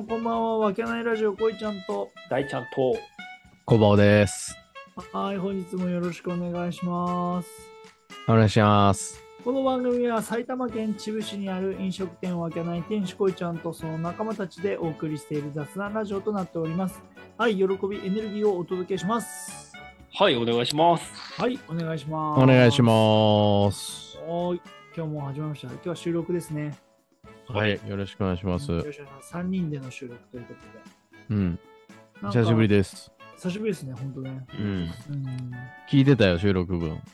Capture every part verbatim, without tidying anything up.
んこんばんは。わけないラジオこいちゃんと大ちゃんとこばおです。 はい、本日もよろしくお願いします。 お願いします。 この番組は埼玉県秩父市にある飲食店わけない店主こいちゃんとその仲間たちでお送りしている雑談ラジオとなっております。はい、喜びエネルギーをお届けします。 はいお願いします。 はいお願いします。 お願いします。 はい、今日も始まりました。今日は収録ですね。 はい、よろしくお願いします。 よろしくお願いします。さんにんでの収録ということで。 うん。 なんか久しぶりです。 久しぶりですね、ほんとね。 うん。 うん聞いてたよ、収録分。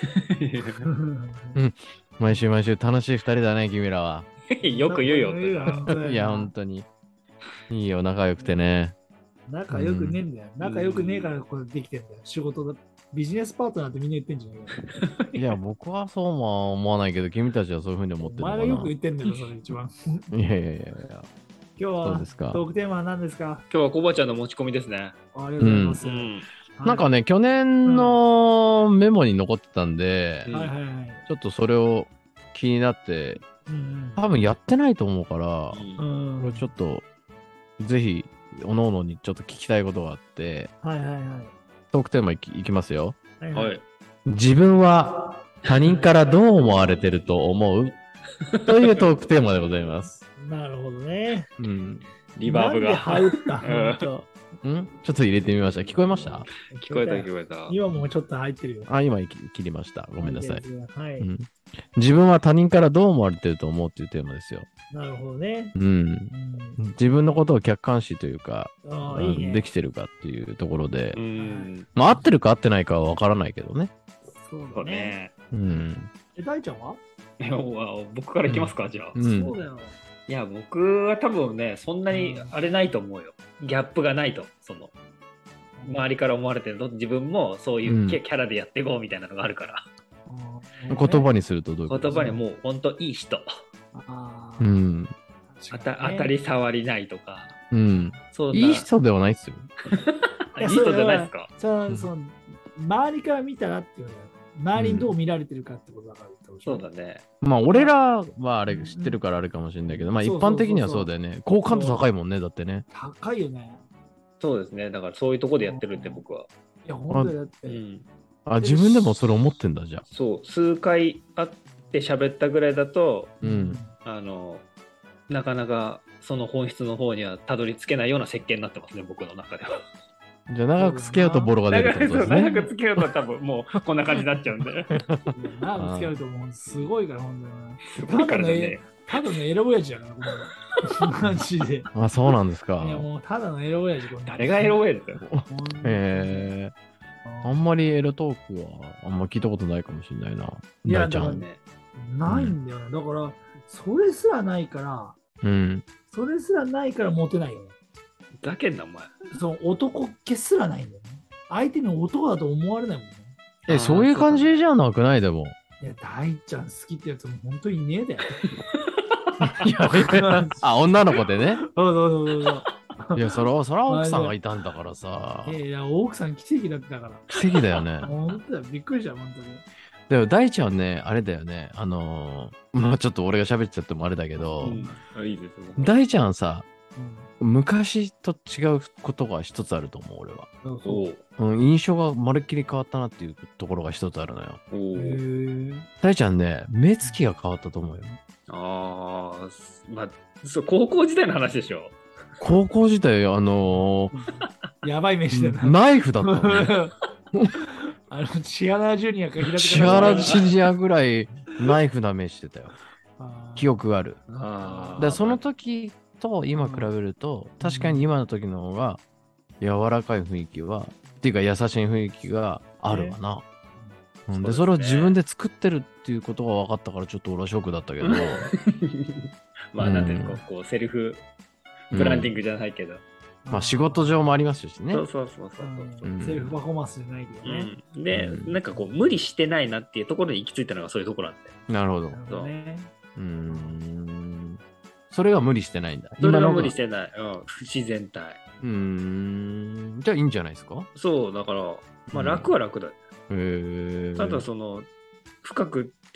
うん。毎週毎週楽しい二人だね、君らは。 よく言うよ。 いや、本当に。いいよ、仲良くてね。 仲良くねえんだよ。仲良くねえからこれできてんだよ。仕事だ。ビジネスパートナーってみんな言ってんじゃないか。 いや、僕はそうも思わないけど、君たちはそういうふうに思ってるのかな。 お前がよく言ってんだよ、それ一番。 いやいやいやいや。 今日はそうですか。 トークテーマは何ですか？ 今日はコバちゃんの持ち込みですね。 ありがとうございます。 うんはいなんかね、去年のメモに残ってたんで、 うんはいはいはい。 ちょっとそれを気になって、 うん多分やってないと思うから、 ううんん。 これちょっと、ぜひ、おのおのにちょっと聞きたいことがあって、 はいはいはい。 トークテーマいきいきますよ。 はいは。い。 自分は他人からどう思われてると思うというトークテーマでございます。 なるほどね。 うん。 リバーブが。 なんで羽打ったうんほんとんちょっと入れてみました。聞こえました？ 聞こえた聞こえた。 今もちょっと入ってるよ。 あ、今切切りました。ごめんなさい。 はい。 うん、自分は他人からどう思われてると思うっていうテーマですよ。 なるほどね。 うん。 うん。 自分のことを客観視というか、 ああ、いいね。 できてるかっていうところで、 うん。 まあ合ってるか合ってないかは分からないけどね。 そうそうだね。 ね。 うん。 え、大ちゃんは？ いやもう僕からいきますか、じゃあ。 うんそうだよ。 いや僕は多分ねそんなにあれないと思うよ。ギャップがないとその周りから思われてると自分もそういうキャキャラでやっていこうみたいなのがあるから。 言葉にするとどういうこと言葉にもう本当いい人。 あーうん。 あた確かにね当たり障りないとか。 うん。 そうないい人ではないっすよ。 いい人じゃないですか。 そうその周りから見たらっていうのは周りにどう見られてるかってことだからってことでしょ。 そうだね。 まあ俺らはあれ知ってるからあれかもしれないけど、まあ一そうそうそうそう般的にはそうだよね。好感度高いもんね、だってね。 高いよね。 そうですね。だからそういうとこでやってるって僕は。 いや、本当にだって。 うん。 あ、自分でもそれ思ってんだ、じゃあ。 そう数回会って喋ったぐらいだとうん。 あのなかなかその本質の方にはたどり着けないような設計になってますね僕の中では。 じゃあ長く付き合うとボロが出るってことですね。 長く付き合うと多分もうこんな感じになっちゃうんで。 なぶつけるともうすごいから、本当に。 すごいからだね。 ただのエロ親父やから、こんなのマジで。いあ、そうなんですか。 や、もうただのエロ親父。こんなの誰がエロウェルだよ。 ほんとにへえ。あんまりエロトークはあんま聞いたことないかもしれないな。 いや大ちゃん。 だからねないんだよね。だから、それすらないから、 うん。 それすらないからモテないよね。 だけんなお前。 その男っ気すらないんだよね。相手に男だと思われないもんね。 え、そういう感じじゃなくないでも。 いや、大ちゃん好きってやつも本当にいねえだよ。 いや、あ、女の子でね。 そうそうそうそう。 いや、それは、それは奥さんがいたんだからさ。 いやいや、奥さん奇跡だったから。 奇跡だよね。 本当だよ、びっくりした、本当に。 でも大ちゃんね、あれだよね。あのー、まあちょっと俺が喋っちゃってもあれだけど、 うんあいいですね。 大ちゃんさ、 うん昔と違うことが一つあると思う、俺は。 そうそおう。 ううん、印象がまるっきり変わったなっていうところが一つあるのよ。 おへうえ。 大ちゃんね、目つきが変わったと思うよ。 ああまあそう高校時代の話でしょ。 高校時代、あのやばい飯だー、 な。 ナイフだったのね。 あの、千原ジュニアか平手千原ジュニアぐらいナイフな目してたよ。記憶がある。 あで、その時と今比べると、確かに今の時の方が柔らかい雰囲気は、っていうか優しい雰囲気があるわな。うんそうですねで、それを自分で作ってるっていうことが分かったから、ちょっと俺はショックだったけど。 まあなんていうのこうセルフブランディングじゃないけど。 まあ仕事上もありますしね。 そうそうそうそうそう。 うんセルフパフォーマンスじゃないけどね。 うん、で、 うんなんかこう無理してないなっていうところに行き着いたのがそういうところなんで。 なるほど。 なるほどね。 うーん。それが無理してないんだ。 それは今のが無理してない。うん、不自然体。 うーん。じゃあいいんじゃないですか。 そう、だから、まあうん楽は楽だ。 へえ。 ただその、深くって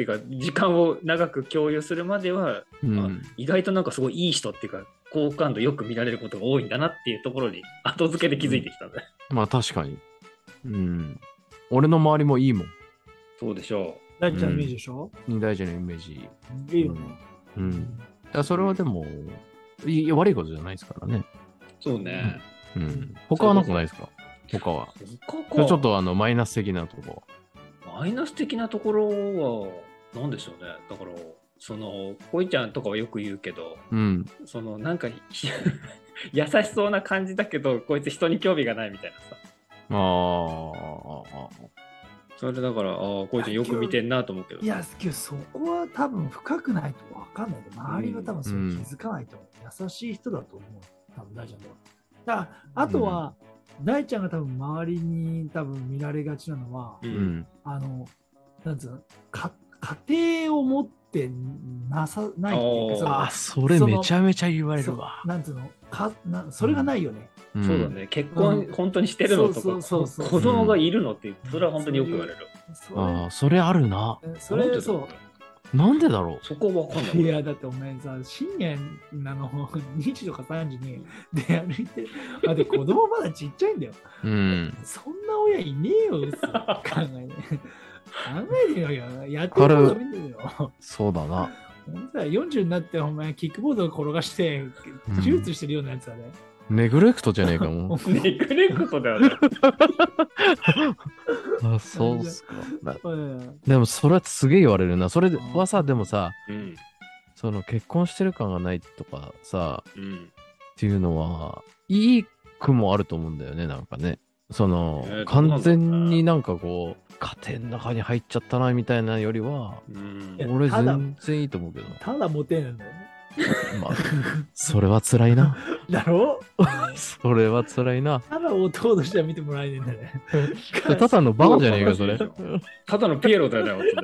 っていうか時間を長く共有するまでは、 うん、 あ意外となんかすごいいい人っていうか好感度よく見られることが多いんだなっていうところに後付けで気づいてきたんだ、 うん、まあ確かに。うん。俺の周りもいいもん。 そうでしょ大ちゃんのイメージでしょ、 うん、大事なイメージ。 いいよね。 うん。うん、いやそれはでもいや悪いことじゃないですからね。 そうね。 うん。うん、他はなんかないですか？他は。他か。ちょっとあのマイナス的なところ。マイナス的なところは何でしょうね。だからそのこいちゃんとかはよく言うけど、 うん、 そのなんか優しそうな感じだけどこいつ人に興味がないみたいなさ。 ああ。 それだからああこいちゃんよく見てんなと思うけど。 いやけどそこは多分深くないと分かんないで、周りは多分それ気づかないと思う、うん、優しい人だと思う多分大ちゃんとは。だからあとは、うん、大ちゃんが多分周りに多分見られがちなのは、うん、あのなんつうのか家庭を持ってなさないっていうか、そあそれめちゃめちゃ言われるわ。 なんつうのかなそれがないよね。 うん、そうだね。結婚、うん、本当にしてるのとか、子供がいるのって、それは本当によく言われる。 そああ、それあるな。 それそう。 なんでだろう。 そこわかんない。 いやだってお前さ深夜なのにじとかさんじに出歩いて、あで子供まだちっちゃいんだよ。 うん。 そんな親いねえよ。考えて。考えてよよ。やってること見てるよ。 そうだな。 よんじゅうになってお前キックボードを転がして手術してるようなやつだね。 うん、ネグレクトじゃねえかも。 ネグレクトだよね。 あ、そうっすか。でもそれはすげえ言われるな。それはさ、でもさ、うん、その結婚してる感がないとかさ、うん、っていうのは、いい句もあると思うんだよね、なんかね。その、えー、完全になんかこう、家庭の中に入っちゃったなみたいなよりは、うん、俺全然いいと思うけど。 ただモテなんだよね。 まあ、それは辛いな。 だろそれは辛いな。 ただ男としては見てもらえねえんだね。 ただのバカじゃねえか、それ。 ただのピエロだよね、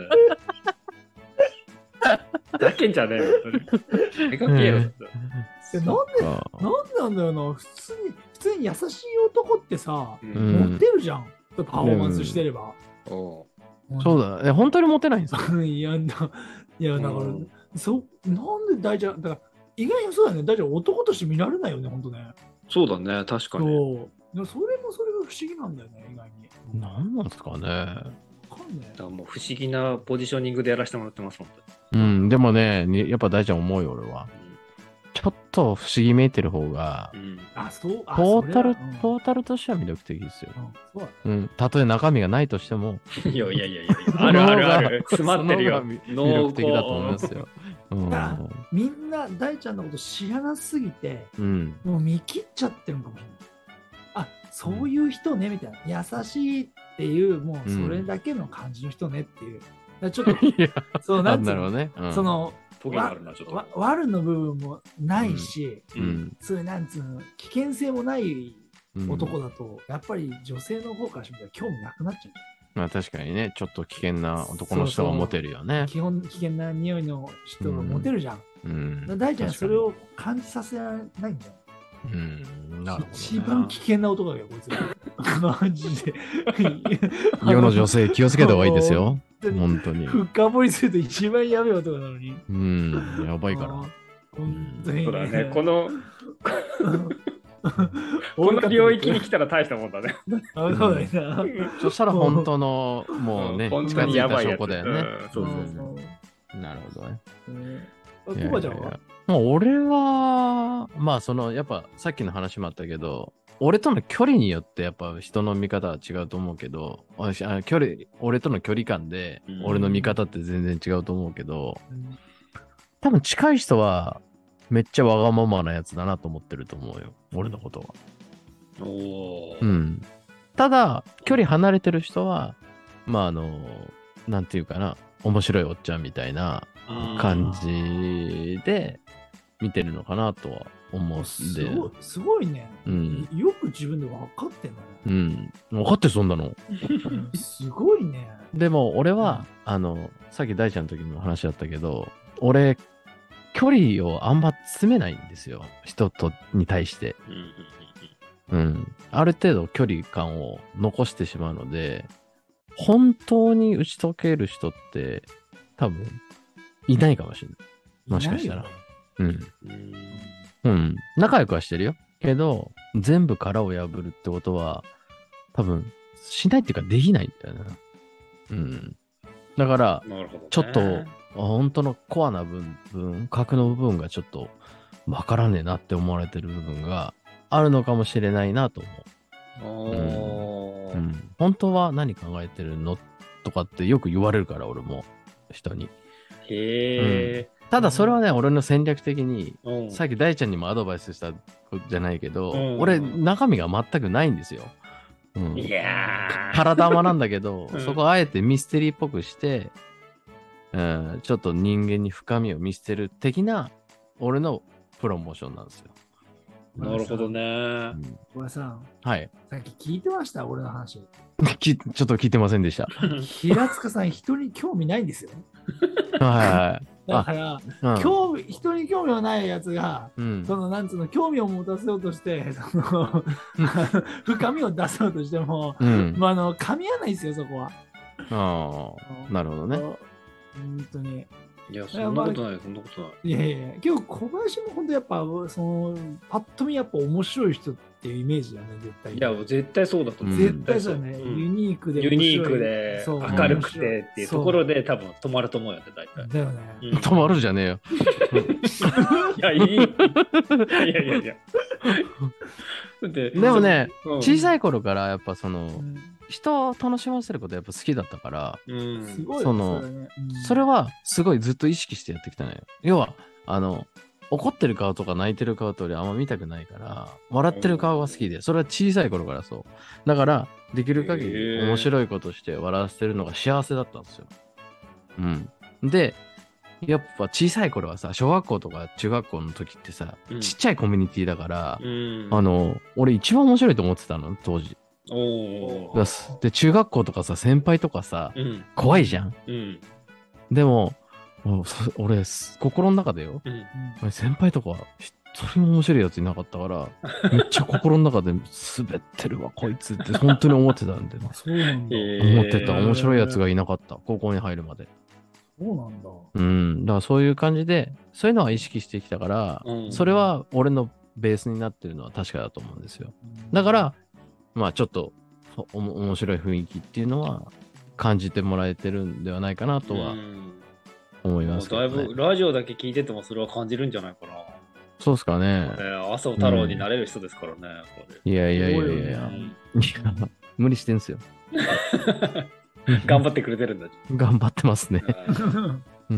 だけんじゃねえよ。えがピエロだった。 なんで、なんでなんだよな。普通に、普通に優しい男ってさ、うん、モテるじゃん。パフォーマンスしてれば。 うん、そうだ。え、本当にモテないんですか？ いや、だ、いや、だから、うん、そ、なんで大ちゃん、だから、意外にそうだね。大ちゃん男として見られないよね、本当ね。 そうだね、確かに。 そう。それもそれが不思議なんだよね、意外に。 なんなんですかね。 だからもう不思議なポジショニングでやらせてもらってます、本当に。うん、でもね、やっぱ大ちゃん思うよ、俺は。ちょっと不思議めいてる方が、うん、あそうあトータル、うん、トータルとしては魅力的ですよ。うん、そううん、たとえ中身がないとしても。 いやいやいやいや、あるあるある。詰まってるよ。 魅力的だと思いますよ。 うん、みんな大ちゃんのこと知らなすぎて、うん、もう見切っちゃってるのかもしれない。あ、そういう人ねみたいな、優しいっていうもうそれだけの感じの人ねっていう。だちょっとそうなんつうの、ね、うん、その悪の部分もないし、うん、そういうなんつうの危険性もない男だと、うん、やっぱり女性の方からしてみたら興味なくなっちゃう。 まあ確かにね、ちょっと危険な男の人がモテるよね。 基本危険な匂いの人がモテるじゃん。うんうん、大ちゃんそれを感じさせられないんだよ。 うん、なるほど、ね。 一番危険な男だよ、こいつ。マジで。 世の女性気をつけた方がいいですよ。本当に。 深掘りすると一番やべえ男なのに。 うん、やばいから。 本当に。そうだね、この、この領域に来たら大したもんだね。 あ、そうだよな。 そしたら本当の、もうね、近づいた証拠だよね。 そうそうそう。 なるほどね。 コバちゃんは？ もう俺は、まあその、やっぱさっきの話もあったけど、俺との距離によってやっぱ人の見方は違うと思うけど、私あ距離俺との距離感で俺の見方って全然違うと思うけど、うん、多分近い人はめっちゃわがままなやつだなと思ってると思うよ、俺のことは。 おー。 うん。ただ距離離れてる人はまああのなんていうかな、面白いおっちゃんみたいな感じで見てるのかなとは思うんで。すごい、すごいね、うん。よく自分で分かってんだね。うん。分かってそんなの。 すごいね。 でも俺は、うん、あの、さっき大ちゃんの時の話だったけど、俺、距離をあんま詰めないんですよ。人とに対して。うん。ある程度距離感を残してしまうので、本当に打ち解ける人って多分、いないかもしれない。もしかしたら。うん。うん。仲良くはしてるよ。けど、全部殻を破るってことは、多分、しないっていうかできないんだよね。うん。だから、ちょっと、本当のコアな部分、核の部分がちょっと、わからねえなって思われてる部分があるのかもしれないなと思う。うんうん、本当は何考えてるのとかってよく言われるから、俺も人に。 へー、 うん、ただそれはね、うん、俺の戦略的に、うん、さっき大ちゃんにもアドバイスしたじゃないけど、うん、俺中身が全くないんですよ。うん、 いやー体はなんだけど、うん、そこあえてミステリーっぽくして、うん、ちょっと人間に深みを見せてる的な俺のプロモーションなんですよ。 なるほどね。 小林さん、 はい。 さっき聞いてました俺の話。 ちょっと聞いてませんでした。 平塚さん、人に興味ないんですよ。 はい。 だから、うん、興味人に興味のないやつが、うん、そのなんつうの興味を持たせようとしてその深みを出そうとしても、うん、まあ、あの噛み合わないんですよそこは。 ああ、なるほどね。 本当に。 いや、そんなことない、まあ、そんなことない。 いやいやいや、今日小林も本当やっぱそのパッと見やっぱ面白い人っていうイメージだね、絶対。 いや、絶対そうだと思う。 絶対そうだね、うん。ユニークでユニークで明るくてっていうところで多分止まると思うよね、大体。 だよね。 うん、止まるじゃねえよ。 いや、いい。いやいやいや。 で, でもね、うん、小さい頃からやっぱその、うん、人を楽しませることやっぱ好きだったから、 うん、すごいその、それね、うん、それはすごいずっと意識してやってきたね。要はあの怒ってる顔とか泣いてる顔とかあんま見たくないから笑ってる顔が好きで、それは小さい頃からそうだからできる限り面白いことして笑わせてるのが幸せだったんですよ。うんでやっぱ小さい頃はさ、小学校とか中学校の時ってさ、うん、ちっちゃいコミュニティだから、うん、あの俺一番面白いと思ってたの当時。 おで中学校とかさ先輩とかさ、うん、怖いじゃん、 うん、 でも俺心の中でよ、うん、先輩とかそれも面白いやついなかったからめっちゃ心の中で滑ってるわこいつって本当に思ってたんでそうなんだ、 思ってた。面白いやつがいなかった高校に入るまで。 そうなんだ。 うん。だからそういう感じで、そういうのは意識してきたから、うん、それは俺のベースになってるのは確かだと思うんですよ。うん、だから、まあちょっとおも面白い雰囲気っていうのは感じてもらえてるんではないかなとは思いますけどね。 だいぶラジオだけ聞いててもそれは感じるんじゃないかな。 そうですかね。 麻生太郎になれる人ですからね。 うん、いやいやいやいやいや、無理してんすよ。 頑張ってくれてるんだ。 頑張ってますね。うん。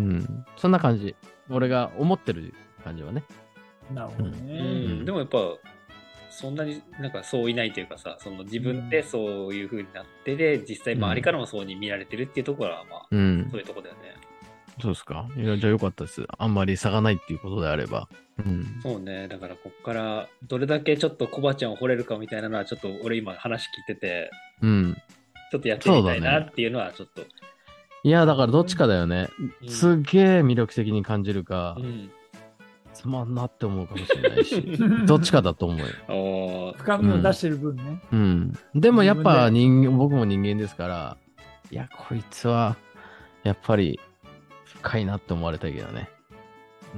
そんな感じ。俺が思ってる感じはね。 なるほどね。 うん、でもやっぱ、そんなになんかそういないというかさ、その自分でそういう風になってで、実際周りからもそうに見られてるっていうところは、まあ、うん、そういうところだよね。 そうですか。いや、じゃあよかったです。あんまり差がないっていうことであれば。うん、 そうね。だからこっからどれだけちょっとコバちゃんを惚れるかみたいなのは、ちょっと俺今話聞いてて、 うん。 ちょっとやってみたいなっていうのはちょっと、ね、 いやだからどっちかだよね、うん、すげえ魅力的に感じるか、うん、つまんなって思うかもしれないしどっちかだと思うよ。深みを出してる分ね、 うん、うん、でもやっぱ人間僕も人間ですから、いやこいつはやっぱり深いなって思われたいけどね。うん、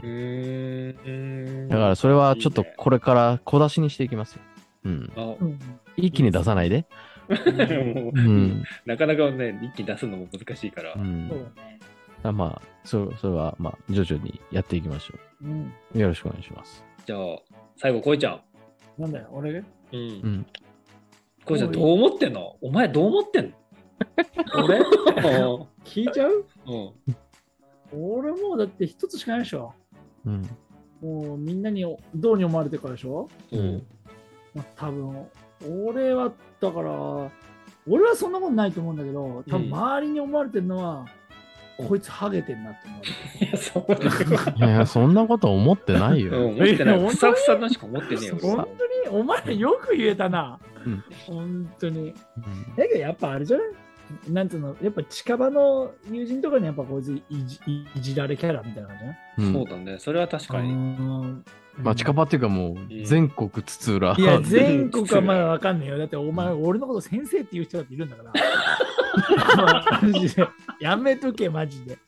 えー、 だからそれはちょっとこれから小出しにしていきますよ。うん、一気に出さないで。 もううん、なかなかね一気に出すのも難しいから、 うん、そうだね。あまあそそれはまあ徐々にやっていきましょう、うん、よろしくお願いします。 じゃあ最後こいちゃん。 なんだよ俺が、 うん、うん、こいちゃんどう思ってんの？お前どう思ってんの？ 俺聞いちゃう？ うん、 俺もうだって一つしかないでしょ、うん、もうみんなにどうに思われてるからでしょ、うん、まあ、多分俺はだから俺はそんなことないと思うんだけど、多分周りに思われてるのは、うん、こいつハゲてんなって思われてる。 いやいやそんなこと思ってないよ。 思ってない。ふさふさのしか思ってねえよ。 本当にお前よく言えたな、うん、本当に、うん、だけどやっぱあれじゃない、なんつうの、やっぱ近場の友人とかにやっぱこいつい じ, いじられキャラみたいな感じね、 うん、そうだね、それは確かに。 まあ近場っていうかもう全国津々浦。 いや全国はまだわかんないよ。だってお前俺のこと先生っていう人だっているんだから。マジでやめとけマジで。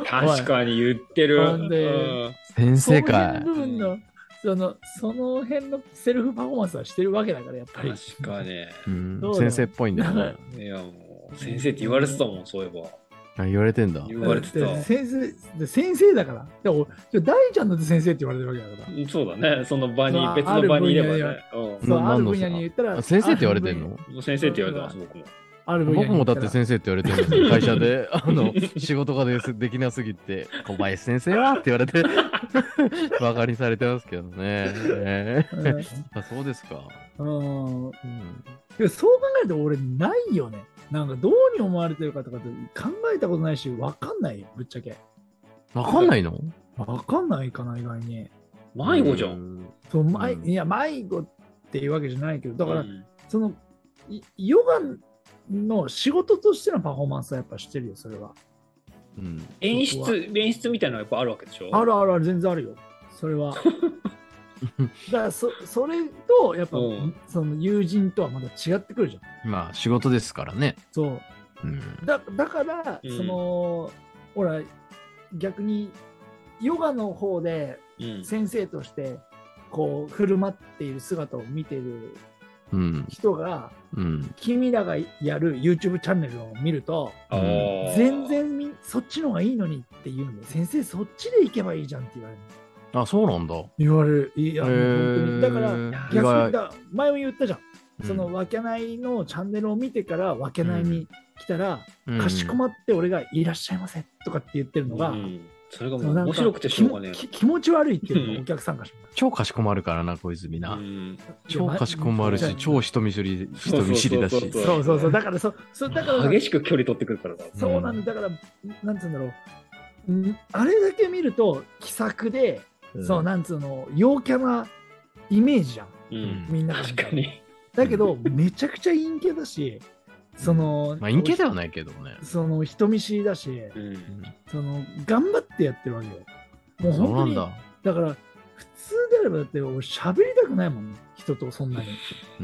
確かに言ってる。 で先生か。 その辺のそのその辺のセルフパフォーマンスはしてるわけだからやっぱり。 確かに。 うん、先生っぽいんだね。 いやもう先生って言われてたもん、そういえば。 あ、言われてんだ。 言われてた。 先生、先生だから。でも、大ちゃんだって先生って言われてるわけだから。 そうだね。その場に、別の場にいればね。 そう、ある分野に言ったら。 先生って言われてんの？ 先生って言われてます、僕も。 ある僕もだって先生って言われてるんですよ。会社で、あの、仕事が で, できなすぎて、小林先生はって言われて、バカにされてますけどね。えー、あ、そうですか。 うん。うん、そう考えると俺ないよね。なんかどうに思われてるかとかって考えたことないし、わかんないよ、ぶっちゃけ。 わかんないの？ わかんないかな、意外に。 迷子じゃん。 そう、ま、いや、迷子っていうわけじゃないけど、だから、うん、その、ヨガの仕事としてのパフォーマンスはやっぱしてるよ、それは。 うん、演出、演出みたいなのはやっぱあるわけでしょ？ あるあるある、全然あるよ、それは。だからそそれとやっぱ、うん、その友人とはまた違ってくるじゃん。 まあ仕事ですからね。 そう、うん、だ, だから、うん、そのほら逆にヨガの方で先生としてこう振る舞っている姿を見てる人が、うん、君らがやる YouTube チャンネルを見ると、うん、全然そっちの方がいいのにって言うんで、先生そっちで行けばいいじゃんって言われる。 あ、そうなんだ。 言われる。いや、本当に。だから、逆にだ、前も言ったじゃん。うん、その、わけないのチャンネルを見てから、わけないに来たら、うん、かしこまって俺がいらっしゃいませとかって言ってるのが、うん、 それがもう面白くてしょうがねえ。 気持ち悪いっていうのお客さんがします。 超かしこまるからな、小泉な。うん、超かしこまるし、超人見知り、人見知りだし。 そうそうそう。だから、そ、そだから激しく距離取ってくるからだ。 そうなんだ。だから、なんつうんだろう。あれだけ見ると、気さくで、うん、そうなんつうの陽キャなイメージじゃん、うん、みんな確かに。 だけどめちゃくちゃ陰キャだし、そのまあ陰キャではないけどね、 その人見知りだし、うん、その頑張ってやってるわけよ。もう本当にだ。だから普通であればだって俺喋りたくないもんね、人とそんなに。うん、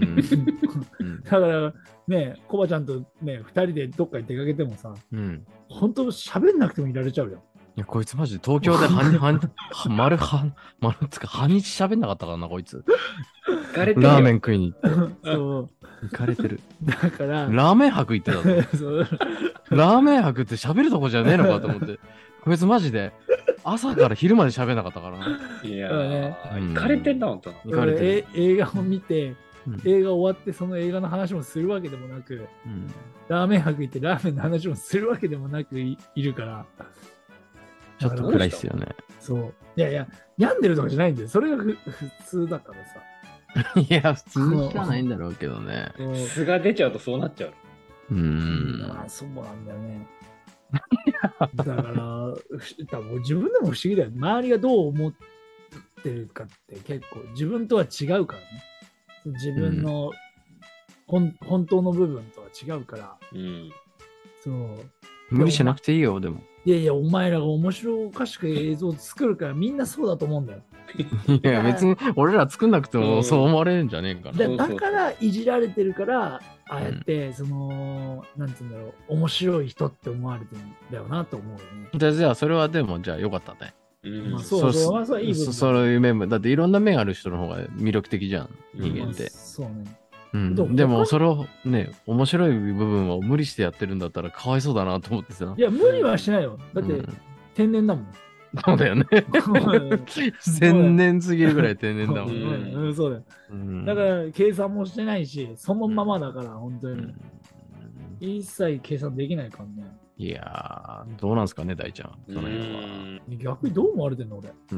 だからね、コバちゃんとねふたりでどっかに出かけてもさ、うん、本当喋んなくてもいられちゃうよ。 いや、こいつマジで東京で半日、半日、丸半、丸つか半日喋んなかったからな、こいつ。ラーメン食いに行って。そう。行かれてる。 だから。 ラーメン博行ってたの。ラーメン博って喋るとこじゃねえのかと思って。こいつマジで朝から昼まで喋んなかったからな。 いやー、行かれてんだ、ほんと。 行かれてる。映画を見て、映画終わってその映画の話もするわけでもなく、うん、ラーメン博行ってラーメンの話もするわけでもなく い, いるから。 ちょっと暗いっすよね。 そう。いやいや、病んでるとかじゃないんだよ。それがふ普通だからさ。いや、普通じゃないんだろうけどね。 素が出ちゃうとそうなっちゃう。 うーん。 ああ、そうなんだよね。だから、多分自分でも不思議だよ。周りがどう思ってるかって結構自分とは違うからね。自分の本当の部分とは違うから。うん、そう。 無理しなくていいよ、でも。 いやいや、お前らが面白おかしく映像作るからみんなそうだと思うんだよ。 いや、別に俺ら作んなくてもそう思われるんじゃねえかな。 だ, だからいじられてるから、ああやって、うん、その、なんていうんだろう、面白い人って思われてるんだよなと思うよね。 じゃあ、じゃあそれはでも、じゃあよかったね。 うん、まあ、そうそう、まあ、そういい部分。 そういう面も、だっていろんな面ある人の方が魅力的じゃん、人間って。まあ、 そうね。 うん、でもそれをね、面白い部分を無理してやってるんだったらかわいそうだなと思ってさ。 いや、無理はしないよ。だって、うん、天然だもん。 そうだよね。千年すぎるぐらい天然だもん。 うん、そうだよ。うん、だから計算もしてないし、そのままだから、本当に。うん、一切計算できないからね。 いやー、どうなんすかね、大ちゃん。その辺は。 逆にどう思われてんの俺。 うん。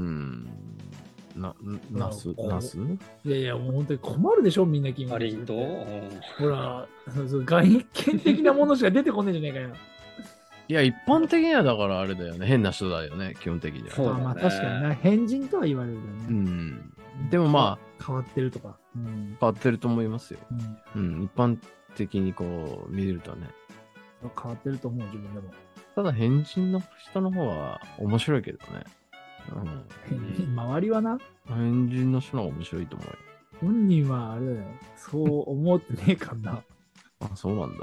な、なすなすいやいや、もう本当に困るでしょ、みんな君。 ありんとほら、そうそう、外見的なものしか出てこねえじゃねえかよ。 いや、一般的にはだからあれだよね。変な人だよね、基本的には。 そうだね、まあ確かにな。変人とは言われるよね。 うん。でもまあ、変わってるとか。 うん、変わってると思いますよ。うん。うん、一般的にこう、見れるとね。 変わってると思う、自分でも。 ただ変人の人の方は面白いけどね。 うん、周りはな。 変人の人の方が面白いと思うよ。 本人はあれだよ。そう思ってねえかな。 あ、そうなんだ。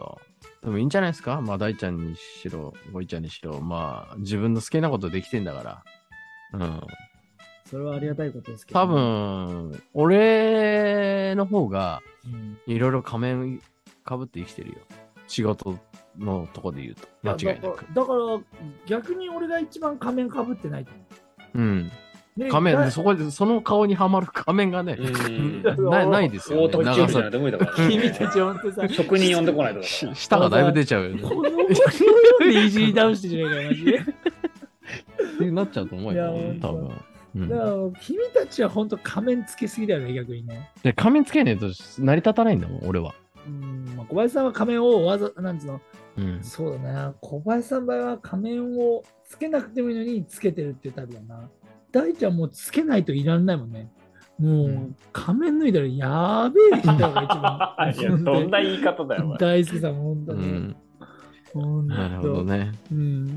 でもいいんじゃないですか。まあ大ちゃんにしろ、ごいちゃんにしろ、まあ自分の好きなことできてんだから。うん。 それはありがたいことですけど、 ね、多分、俺の方が、いろいろ仮面かぶって生きてるよ。仕事のとこで言うと。間違いなく。 だから、逆に俺が一番仮面かぶってないと思う。うん。仮面、そこで、その顔にはまる仮面がね、な, ないですよ、ね。 大鳥じゃないと無理だから。 君たち本当さ、 職人呼んでこないとだから。舌がだいぶ出ちゃうよね。 このでいじり倒してじゃないかよ、マジで。 ってなっちゃうと思うよ、ね、多分。 うん、だから君たちは本当仮面つけすぎだよね、逆にね。 で仮面つけねえと成り立たないんだもん、俺は。 うん、まあ、小林さんは仮面をわざ、なんつうの、うん、そうだね。小林さんの場合は仮面をつけなくてもいいのにつけてるっていうタイプだな。大ちゃんもうつけないといらんないもんね。もう、うん、仮面脱いだらやべえ人が一番。いや、どんな言い方だよ、 大好きさん、本当に。 うん、なるほどね。 うん。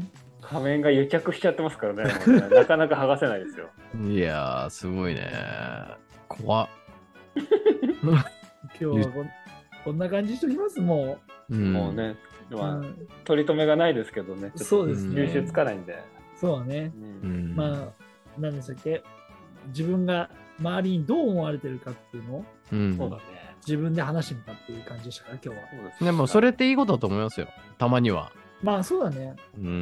仮面が癒着しちゃってますからね。ねなかなか剥がせないですよ。 いやー、すごいね。怖っ。 今日はこんこんな感じにしておきます、もう。うん、もうね、まあ、うん、取り留めがないですけどね。 そうですね。 吸収つかないんで。 そうだね。うん、まあ、何でしたっけ、自分が周りにどう思われてるかっていうのを、 うん、そうだね。 自分で話してみたっていう感じでしたから、今日は。 そうですね。でも、それっていいことだと思いますよ。たまには。 まあそうだね、 うんうん、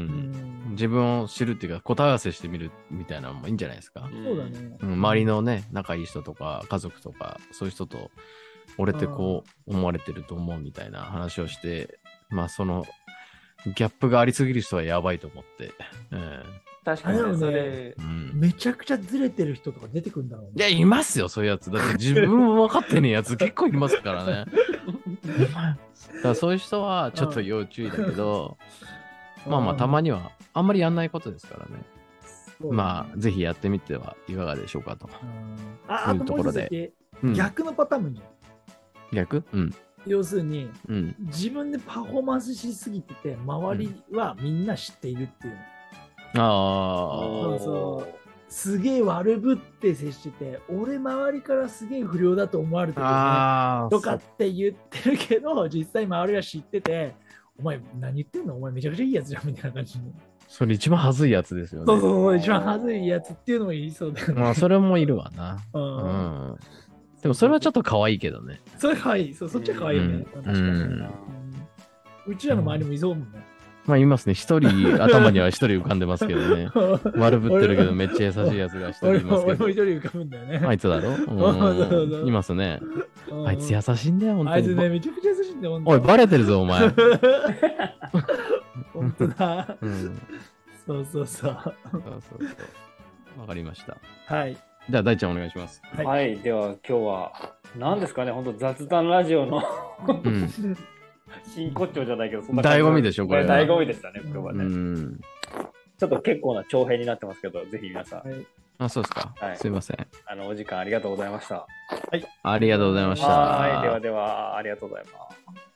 自分を知るっていうか答え合わせしてみるみたいなのもいいんじゃないですか。 そうだね、 うん、周りのね仲いい人とか家族とかそういう人と俺ってこう思われてると思うみたいな話をして、まあそのギャップがありすぎる人はやばいと思って、うん、 確かにね、それ、 うん、めちゃくちゃずれてる人とか出てくるんだろうね。 いやいますよそういうやつ。だって自分も分かってねえやつ結構いますからね。だからそういう人はちょっと要注意だけど、まあまあたまにはあんまりやんないことですからね。まあぜひやってみてはいかがでしょうかと。 ああところで、うん、逆のパターンもいい。 逆？うん。 要するに、 うん、 自分でパフォーマンスしすぎてて周りはみんな知っているっていう。 うん、ああ。 そうそう。すげえ悪ぶって接してて、俺周りからすげえ不良だと思われてるよねとかって言ってるけど、実際周りが知ってて、お前何言ってんの、お前めちゃくちゃいいやつじゃんみたいな感じに。 それ一番恥ずいやつですよね。 そうそうそう、一番恥ずいやつっていうのも言いそうだよね。 まあそれもいるわな。 うん、うん、 でもそれはちょっと可愛いけどね。 それ可愛い。そう、そっちは可愛いよね。うん、確かに、うん。うちらの周りもいそうもんね。 まあいますね。一人、頭には一人浮かんでますけどね。悪ぶってるけどめっちゃ優しいやつが一人いますけど。 俺も一人浮かぶんだよね。 あいつだろ、うん、いますね。あいつ優しいんだよ、本当に。 あいつね、めちゃくちゃ優しいんだよ、本当に。おい、バレてるぞ、お前。 本当だ、うん。そうそうそう。そうそうそう。わかりました。 はい。 じゃあ、大ちゃんお願いします。 はい。はい、では、今日は、何ですかね、本当雑談ラジオの、うん、真骨頂じゃないけど、そんな醍醐味でしょ、これ。 醍醐味でしたね、今日はね。うん、ちょっと結構な長編になってますけど、ぜひ皆さん。はい、 あ、そうですか。はい、すいません。 あの、お時間ありがとうございました。 はい。 ありがとうございました。 はい。ではでは、ありがとうございます。